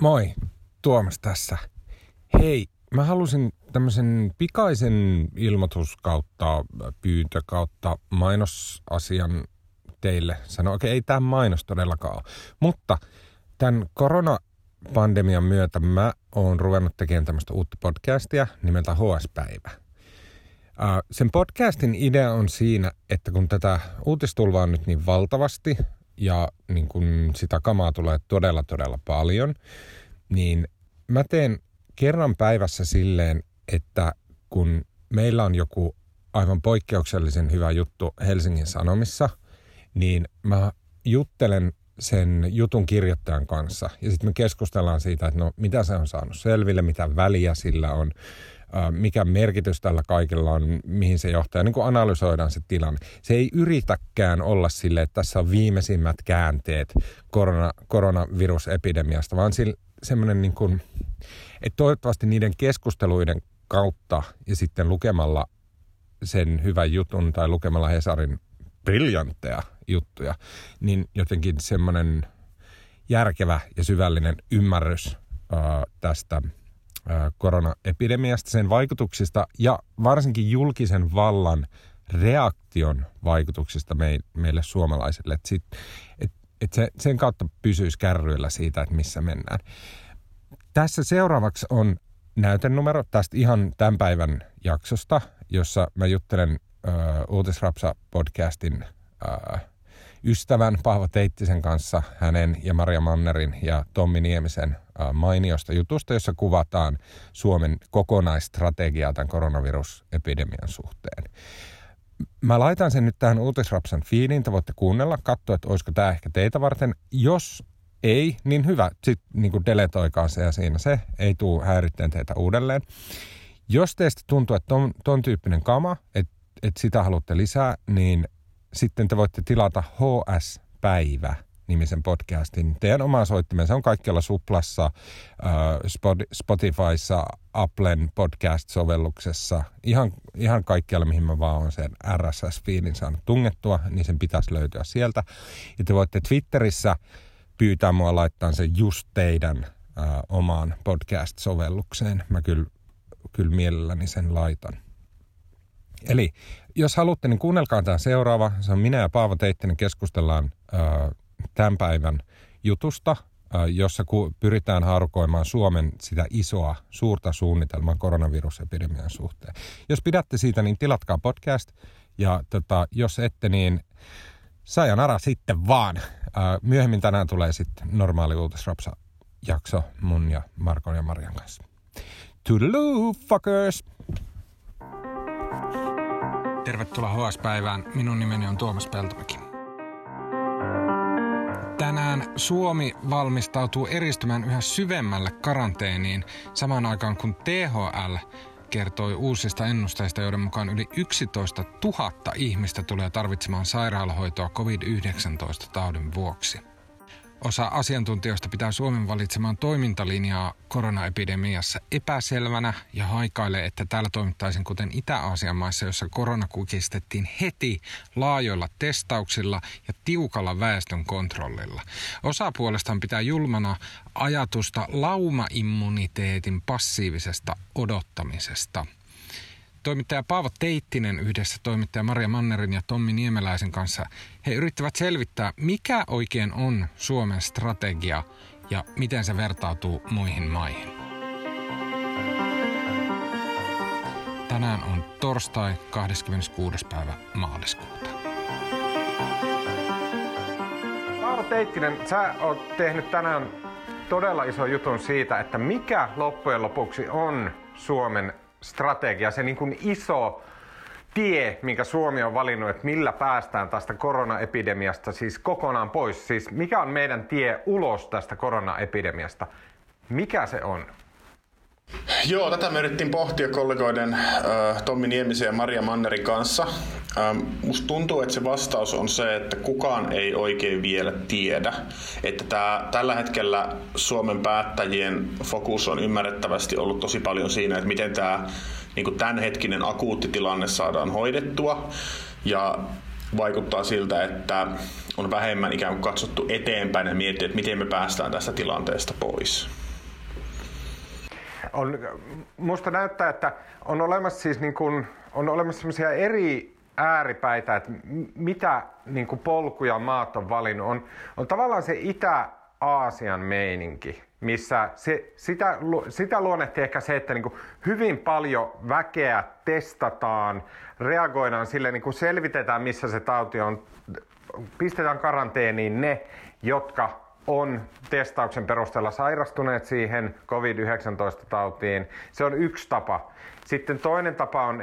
Moi, Tuomas tässä. Hei, mä halusin tämmöisen pikaisen ilmoitus kautta pyyntö kautta mainosasian teille sanoa. Okei, ei tämä mainos todellakaan ole, mutta tämän koronapandemian myötä mä oon ruvennut tekemään tämmöistä uutta podcastia nimeltä HS-päivä. Sen podcastin idea on siinä, että kun tätä uutistulvaa on nyt niin valtavasti ja niin kun sitä kamaa tulee todella paljon, niin mä teen kerran päivässä silleen, että kun meillä on joku aivan poikkeuksellisen hyvä juttu Helsingin Sanomissa, niin mä juttelen sen jutun kirjoittajan kanssa ja sitten me keskustellaan siitä, että no mitä se on saanut selville, mitä väliä sillä on, mikä merkitys tällä kaikella on, mihin se johtaa, ja niin kuin analysoidaan se tilanne. Se ei yritäkään olla sille, että tässä on viimeisimmät käänteet koronavirusepidemiasta, vaan semmoinen niin kuin, että toivottavasti niiden keskusteluiden kautta ja sitten lukemalla sen hyvän jutun tai lukemalla Hesarin briljantteja juttuja, niin jotenkin semmoinen järkevä ja syvällinen ymmärrys tästä koronaepidemiasta, sen vaikutuksista ja varsinkin julkisen vallan reaktion vaikutuksista meille suomalaisille. Että sen kautta pysyisi kärryillä siitä, että missä mennään. Tässä seuraavaksi on näytenumero tästä ihan tämän päivän jaksosta, jossa mä juttelen Uutisrapsa-podcastin ystävän Paavo Teittisen kanssa hänen ja Maria Mannerin ja Tommi Niemisen mainiosta jutusta, jossa kuvataan Suomen kokonaistrategiaa tämän koronavirusepidemian suhteen. Mä laitan sen nyt tähän Uutisrapsan feediin, te voitte kuunnella, katsoa, että olisiko tämä ehkä teitä varten. Jos ei, niin hyvä, sitten niin deletoikaa se ja siinä se, ei tule häiritteen teitä uudelleen. Jos teistä tuntuu, että ton tyyppinen kama, että sitä haluatte lisää, niin sitten te voitte tilata HS-päivä-nimisen podcastin. Teidän omaa soittimeen, se on kaikkialla Suplassa, Spotifyssa, Applen podcast-sovelluksessa, ihan kaikkialla, mihin mä vaan on sen RSS-feedin saanut tungettua, niin sen pitäisi löytyä sieltä. Ja te voitte Twitterissä pyytää mua laittaa sen just teidän omaan podcast-sovellukseen. Mä kyllä mielelläni sen laitan. Eli jos haluatte, niin kuunnelkaa tämä seuraava. Se on minä ja Paavo Teittinen keskustellaan tämän päivän jutusta, jossa pyritään haarukoimaan Suomen sitä suurta suunnitelmaa koronavirusepidemian suhteen. Jos pidätte siitä, niin tilatkaa podcast. Ja jos ette, niin sayonara sitten vaan. Myöhemmin tänään tulee sitten normaali Uutisrapsa-jakso mun ja Markon ja Marian kanssa. Toodaloo, fuckers! Tervetuloa HS-päivään. Minun nimeni on Tuomas Peltomäki. Tänään Suomi valmistautuu eristymään yhä syvemmälle karanteeniin samaan aikaan kun THL kertoi uusista ennusteista, joiden mukaan yli 11 000 ihmistä tulee tarvitsemaan sairaalahoitoa COVID-19-taudin vuoksi. Osa asiantuntijoista pitää Suomen valitsemaan toimintalinjaa koronaepidemiassa epäselvänä ja haikailee, että täällä toimittaisiin kuten Itä-Aasian maissa, jossa korona kukistettiin heti laajoilla testauksilla ja tiukalla väestön kontrollilla. Osa puolestaan pitää julmana ajatusta laumaimmuniteetin passiivisesta odottamisesta. Toimittaja Paavo Teittinen yhdessä toimittaja Maria Mannerin ja Tommi Niemeläisen kanssa, he yrittävät selvittää, mikä oikein on Suomen strategia ja miten se vertautuu muihin maihin. Tänään on torstai 26. päivä maaliskuuta. Paavo Teittinen, sä oot tehnyt tänään todella ison jutun siitä, että mikä loppujen lopuksi on Suomen strategia, se niin kuin iso tie, minkä Suomi on valinnut, että millä päästään tästä koronaepidemiasta siis kokonaan pois. Siis mikä on meidän tie ulos tästä koronaepidemiasta? Mikä se on? Joo, tätä me yritettiin pohtia kollegoiden Tommi Niemisen ja Maria Mannerin kanssa. Musta tuntuu, että se vastaus on se, että kukaan ei oikein vielä tiedä. Että tällä hetkellä Suomen päättäjien fokus on ymmärrettävästi ollut tosi paljon siinä, että miten tämä niin tämänhetkinen akuutti tilanne saadaan hoidettua. Ja vaikuttaa siltä, että on vähemmän ikään kuin katsottu eteenpäin ja mietitty, että miten me päästään tästä tilanteesta pois. Musta näyttää, että on olemassa siis niin kuin, on olemassa sellaisia eri ääripäitä, että mitä niin kuin polkuja maat on valinnut. On tavallaan se Itä-Aasian meininki, missä sitä luonnehti ehkä se, että niin kuin hyvin paljon väkeä testataan, reagoidaan sille, niin kuin selvitetään missä se tauti on, pistetään karanteeniin ne, jotka on testauksen perusteella sairastuneet siihen COVID-19-tautiin. Se on yksi tapa. Sitten toinen tapa on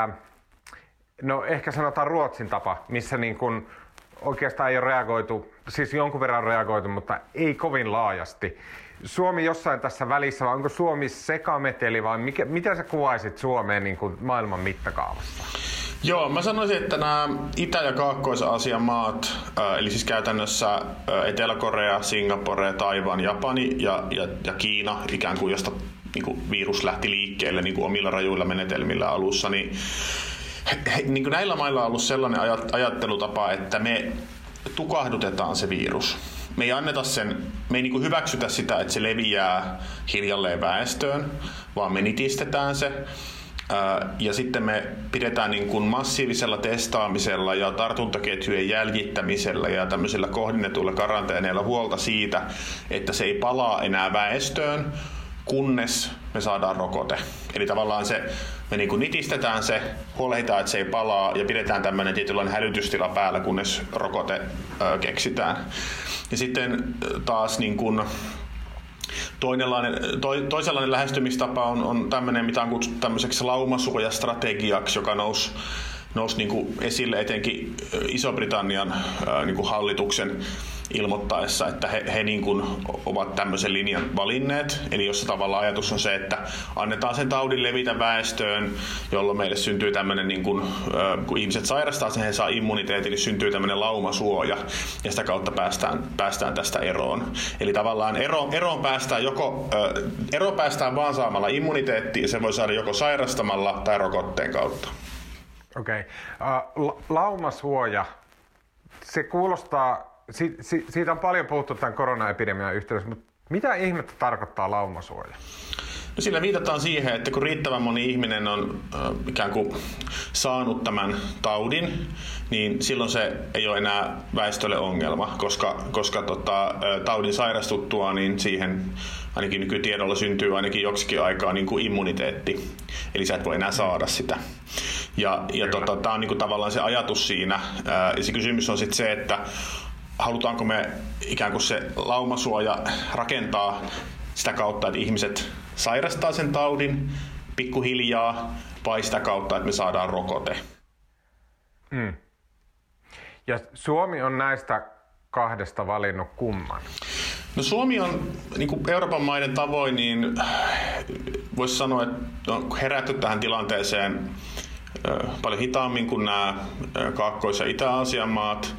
ehkä sanotaan Ruotsin tapa, missä niin kuin oikeastaan ei ole reagoitu, siis jonkun verran reagoitu, mutta ei kovin laajasti. Suomi jossain tässä välissä, vai onko Suomi sekameteli, vai mitä sä kuvaisit Suomeen niin kuin maailman mittakaavassa? Joo, mä sanoisin, että nämä Itä- ja Kaakkois-Aasian maat, eli siis käytännössä Etelä-Korea, Singapore, Taiwan, Japani ja Kiina, ikään kuin josta niin kuin virus lähti liikkeelle niin kuin omilla rajuilla menetelmillä alussa, niin kuin näillä mailla on ollut sellainen ajattelutapa, että me tukahdutetaan se virus. Me ei niin kuin hyväksytä sitä, että se leviää hiljalleen väestöön, vaan me nitistetään se. Ja sitten me pidetään niin kuin massiivisella testaamisella ja tartuntaketjujen jäljittämisellä ja tämmöisillä kohdennetuilla karanteeneilla huolta siitä, että se ei palaa enää väestöön, kunnes me saadaan rokote. Eli tavallaan me niin kuin nitistetään se, huolehditaan, että se ei palaa ja pidetään tämmöinen tietynlainen hälytystila päällä, kunnes rokote keksitään. Ja sitten taas niin kuin toisenlainen lähestymistapa on tämmöinen, mitä on kutsuttu tämmöiseksi laumasuojastrategiaksi, joka nousi niin kuin esille etenkin Iso-Britannian niin kuin hallituksen ilmoittaessa, että he niin kuin ovat tämmöisen linjan valinneet. Eli jossa tavallaan ajatus on se, että annetaan sen taudin levitä väestöön, jolloin meille syntyy tämmöinen, niin kuin, kun ihmiset sairastaa sen, he saa immuniteetin, niin syntyy tämmöinen laumasuoja ja sitä kautta päästään tästä eroon. Eli tavallaan eroon päästään vaan saamalla immuniteettia, se voi saada joko sairastamalla tai rokotteen kautta. Okei. Laumasuoja, se kuulostaa, siitä on paljon puhuttu tämän koronaepidemian yhteydessä, mutta mitä ihmettä tarkoittaa laumasuoja? No sillä viitataan siihen, että kun riittävän moni ihminen on ikään kuin saanut tämän taudin, niin silloin se ei ole enää väestölle ongelma, koska taudin sairastuttua, niin siihen ainakin nykytiedolla syntyy ainakin joksikin aikaa niin kuin immuniteetti. Eli sä et voi enää saada sitä. Ja tämä on niin kuin tavallaan se ajatus siinä. Ja se kysymys on sitten se, että halutaanko me ikään kuin se laumasuoja rakentaa sitä kautta, että ihmiset sairastaa sen taudin pikkuhiljaa, vai sitä kautta, että me saadaan rokote. Ja Suomi on näistä kahdesta valinnut kumman? No Suomi on niin kuin Euroopan maiden tavoin, niin voisi sanoa, että on herätty tähän tilanteeseen paljon hitaammin kuin nämä Kaakkois- ja Itä-Aasian maat.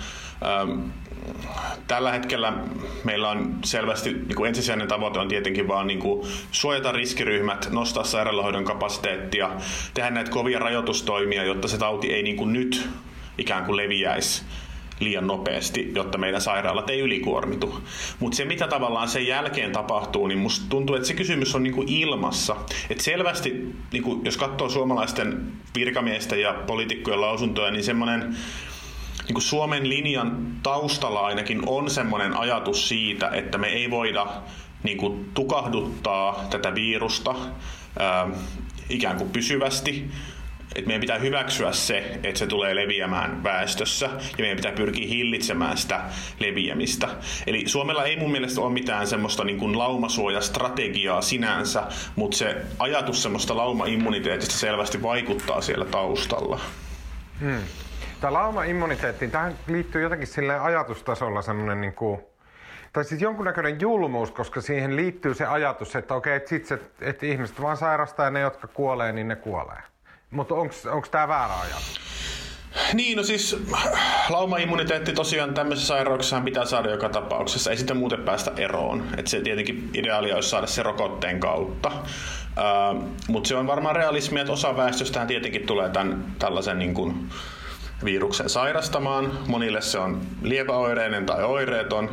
Tällä hetkellä meillä on selvästi niin kuin ensisijainen tavoite on tietenkin vaan niin kuin suojata riskiryhmät, nostaa sairaalahoidon kapasiteettia, tehdä näitä kovia rajoitustoimia, jotta se tauti ei niin kuin nyt ikään kuin leviäisi liian nopeasti, jotta meidän sairaalat ei ylikuormitu. Mutta se, mitä tavallaan sen jälkeen tapahtuu, niin musta tuntuu, että se kysymys on niinku ilmassa. Että selvästi, niinku, jos katsoo suomalaisten virkamiesten ja poliitikkojen lausuntoja, niin semmoinen niinku Suomen linjan taustalla ainakin on semmoinen ajatus siitä, että me ei voida niinku tukahduttaa tätä virusta ikään kuin pysyvästi. Että meidän pitää hyväksyä se, että se tulee leviämään väestössä ja meidän pitää pyrkiä hillitsemään sitä leviämistä. Eli Suomella ei mun mielestä ole mitään semmoista niin kuin laumasuojastrategiaa sinänsä, mutta se ajatus semmoista laumaimmuniteetista selvästi vaikuttaa siellä taustalla. Tämä laumaimmuniteettiin, tähän liittyy jotenkin silleen ajatustasolla semmoinen niin kuin, tai siis jonkunnäköinen julmuus, koska siihen liittyy se ajatus, että okei, että ihmiset vaan sairastaa ja ne, jotka kuolee, niin ne kuolee. Mutta onko tämä väärä ajatus? Niin, no siis laumaimmuniteetti tosiaan tämmöisessä sairauksessahan pitää saada joka tapauksessa. Ei sitten muuten päästä eroon. Et se tietenkin ideaalia olisi saada se rokotteen kautta. Mutta se on varmaan realismia, että osa väestöstähän tietenkin tulee tällaisen niin kuin viruksen sairastamaan. Monille se on lieväoireinen tai oireeton.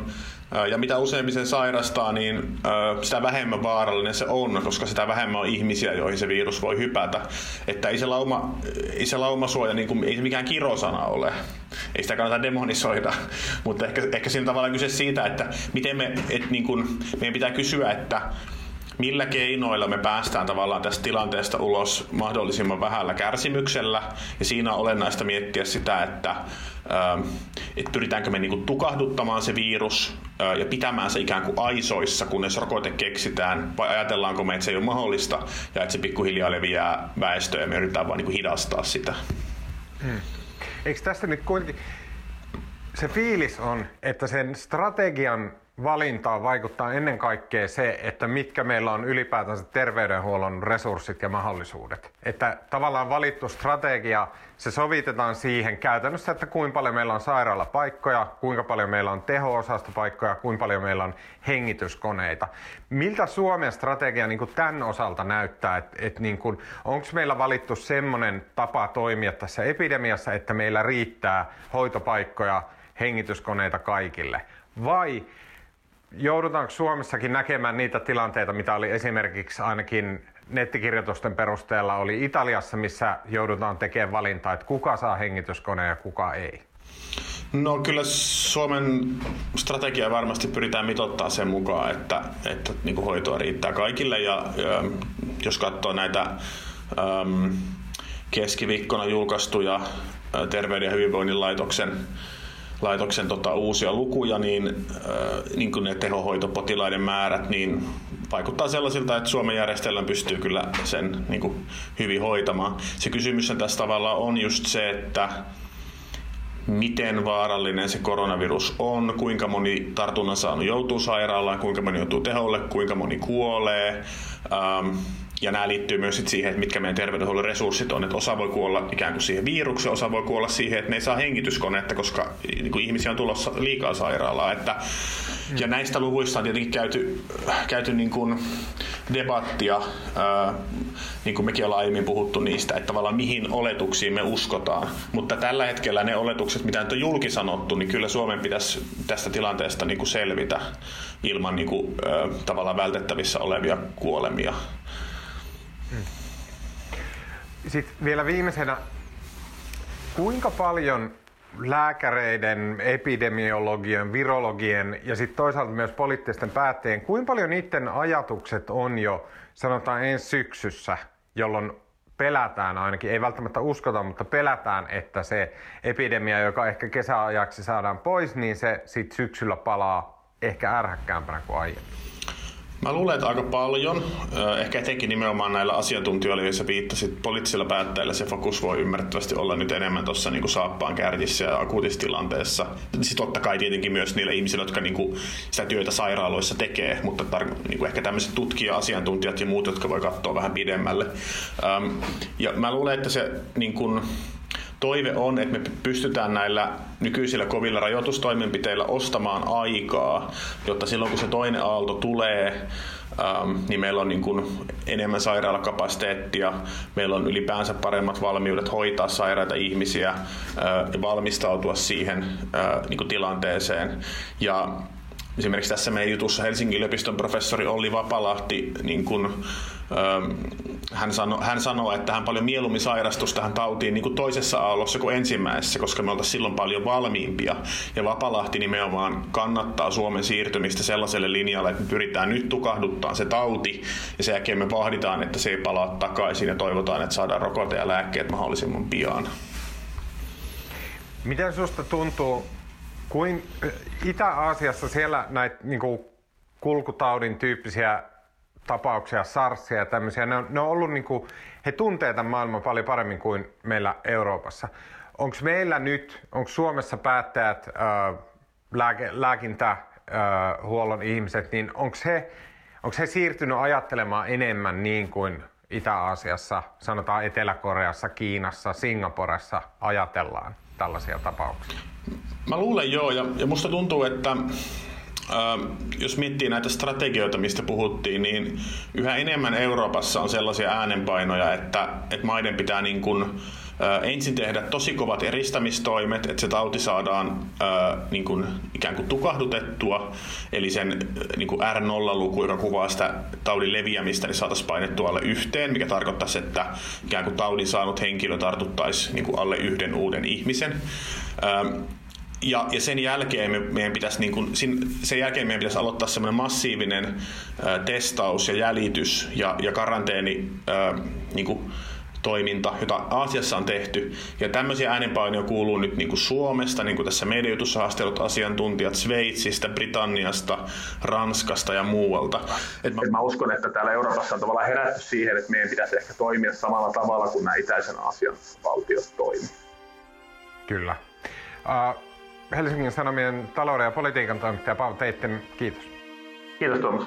Ja mitä useammin sen sairastaa, niin sitä vähemmän vaarallinen se on, koska sitä vähemmän on ihmisiä, joihin se virus voi hypätä. Että ei se laumasuoja, niin kuin, ei se mikään kirosana ole. Ei sitä kannata demonisoida, mutta ehkä siinä tavallaan kyse siitä, että miten meidän pitää kysyä, että millä keinoilla me päästään tavallaan tästä tilanteesta ulos mahdollisimman vähällä kärsimyksellä. Ja siinä on olennaista miettiä sitä, että pyritäänkö me niin tukahduttamaan se virus ja pitämään se ikään kuin aisoissa, kunnes rokote keksitään, vai ajatellaanko me, että se ei ole mahdollista ja että se pikkuhiljaa leviää väestöön ja me yritetään vaan niin hidastaa sitä. Eikö tässä nyt kuitenkin se fiilis on, että sen strategian valintaan vaikuttaa ennen kaikkea se, että mitkä meillä on ylipäätänsä terveydenhuollon resurssit ja mahdollisuudet. Että tavallaan valittu strategia, se sovitetaan siihen käytännössä, että kuinka paljon meillä on sairaalapaikkoja, kuinka paljon meillä on teho-osastopaikkoja, kuinka paljon meillä on hengityskoneita. Miltä Suomen strategia niin kuin tämän osalta näyttää, että niin kuin, onko meillä valittu semmoinen tapa toimia tässä epidemiassa, että meillä riittää hoitopaikkoja, hengityskoneita kaikille? Vai joudutaanko Suomessakin näkemään niitä tilanteita, mitä oli esimerkiksi ainakin nettikirjoitusten perusteella oli Italiassa, missä joudutaan tekemään valintaa, että kuka saa hengityskoneen ja kuka ei? No kyllä Suomen strategia varmasti pyritään mitoittamaan sen mukaan, että niin kuin hoitoa riittää kaikille. Ja jos katsoo näitä keskiviikkona julkaistuja Terveyden ja hyvinvoinnin laitoksen uusia lukuja, niin kuin ne tehohoitopotilaiden määrät, niin vaikuttaa sellaisilta, että Suomen järjestelmä pystyy kyllä sen niin kuin hyvin hoitamaan. Se kysymys tässä tavallaan on just se, että miten vaarallinen se koronavirus on, kuinka moni tartunnan saanut joutuu sairaalaan, kuinka moni joutuu teholle, kuinka moni kuolee. Ja nämä liittyy myös siihen, että mitkä meidän terveydenhuollon resurssit on. Että osa voi kuolla ikään kuin siihen virukseen, osa voi kuolla siihen, että ne ei saa hengityskonetta, koska niin kuin ihmisiä on tulossa liikaa sairaalaa. Ja näistä luvuista on tietenkin käyty niin kuin debattia, niin kuin mekin ollaan aiemmin puhuttu niistä, että tavallaan mihin oletuksiin me uskotaan. Mutta tällä hetkellä ne oletukset, mitä nyt on julkisanottu, niin kyllä Suomen pitäisi tästä tilanteesta niin kuin selvitä ilman niin kuin, tavallaan vältettävissä olevia kuolemia. Sitten vielä viimeisenä, kuinka paljon lääkäreiden, epidemiologien, virologien ja sitten toisaalta myös poliittisten päättäjien, kuinka paljon niiden ajatukset on jo, sanotaan ensi syksyssä, jolloin pelätään ainakin, ei välttämättä uskota, mutta pelätään, että se epidemia, joka ehkä kesäajaksi saadaan pois, niin se sitten syksyllä palaa ehkä ärhäkkäämpänä kuin aiemmin. Mä luulen, että aika paljon. Ehkä etenkin nimenomaan näillä asiantuntijoilla, joissa viittasit poliittisilla päättäjillä, se fokus voi ymmärrettävästi olla nyt enemmän tuossa niin kuin saappaan kärjissä ja akuutissa tilanteessa. Siis totta kai tietenkin myös niillä ihmisillä, jotka niin kuin sitä työtä sairaaloissa tekee, mutta niin kuin ehkä tämmöiset tutkija-asiantuntijat ja muut, jotka voi katsoa vähän pidemmälle. Ja mä luulen, että se niin kuin toive on, että me pystytään näillä nykyisillä kovilla rajoitustoimenpiteillä ostamaan aikaa, jotta silloin kun se toinen aalto tulee, niin meillä on niin kuin enemmän sairaalakapasiteettia, meillä on ylipäänsä paremmat valmiudet hoitaa sairaita ihmisiä ja valmistautua siihen niin kuin tilanteeseen. Ja esimerkiksi tässä meidän jutussa Helsingin yliopiston professori Olli Vapalahti, niin kun, hän sanoo, että hän paljon mieluummin sairastuisi tähän tautiin niin kuin toisessa aallossa kuin ensimmäisessä, koska me oltaisiin silloin paljon valmiimpia. Ja Vapalahti nimenomaan kannattaa Suomen siirtymistä sellaiselle linjalle, että me pyritään nyt tukahduttamaan se tauti ja sen jälkeen me vahditaan, että se ei palaa takaisin ja toivotaan, että saadaan rokote ja lääkkeet mahdollisimman pian. Miten susta tuntuu, kuin Itä-Aasiassa siellä näitä niin kuin kulkutaudin tyyppisiä tapauksia, SARSia ja tämmöisiä, ne on ollut niin kuin, he tuntee tämän maailman paljon paremmin kuin meillä Euroopassa. Onko meillä nyt, onko Suomessa päättäjät, lääkintähuollon ihmiset, niin onko he siirtynyt ajattelemaan enemmän niin kuin Itä-Aasiassa, sanotaan Etelä-Koreassa, Kiinassa, Singaporessa ajatellaan tällaisia tapauksia? Mä luulen joo, ja musta tuntuu, että jos miettii näitä strategioita, mistä puhuttiin, niin yhä enemmän Euroopassa on sellaisia äänenpainoja, että maiden pitää niin kuin ensin tehdä tosi kovat eristämistoimet, että se tauti saadaan niin kuin ikään kuin tukahdutettua, eli sen niin kuin R0-luku, joka kuvaa sitä taudin leviämistä, niin saataisiin painettua alle 1, mikä tarkoittaisi, että ikään kuin taudin saanut henkilö tartuttaisi niin kuin alle 1 uuden ihmisen. Ja sen jälkeen meidän pitäisi aloittaa semmoinen massiivinen testaus ja jäljitys ja karanteeni niin kuin toiminta, jota Aasiassa on tehty. Ja tämmöisiä äänenpainoja kuuluu nyt niin kuin Suomesta, niin kuin tässä meidän jutussa haastellut asiantuntijat Sveitsistä, Britanniasta, Ranskasta ja muualta. Mä uskon, että täällä Euroopassa on tavallaan herätty siihen, että meidän pitäisi ehkä toimia samalla tavalla kuin nämä itäisen Aasian valtiot toimii. Kyllä. Helsingin Sanomien talouden ja politiikan toimittaja Paavo Teitten, kiitos. Kiitos Tuomas.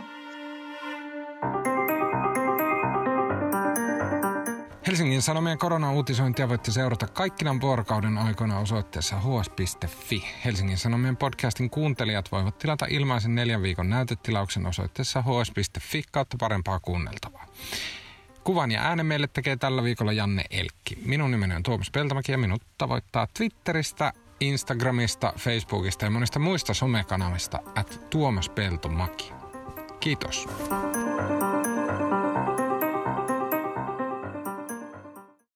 Helsingin Sanomien korona-uutisointia voitte seurata kaikkina vuorokauden aikoina osoitteessa hs.fi. Helsingin Sanomien podcastin kuuntelijat voivat tilata ilmaisen 4 viikon näytetilauksen osoitteessa hs.fi kautta parempaa kuunneltavaa. Kuvan ja äänen meille tekee tällä viikolla Janne Elkki. Minun nimeni on Tuomas Peltomäki ja minut tavoittaa Twitteristä, Instagramista, Facebookista ja monista muista somekanavista @tuomaspeltomaki. Kiitos.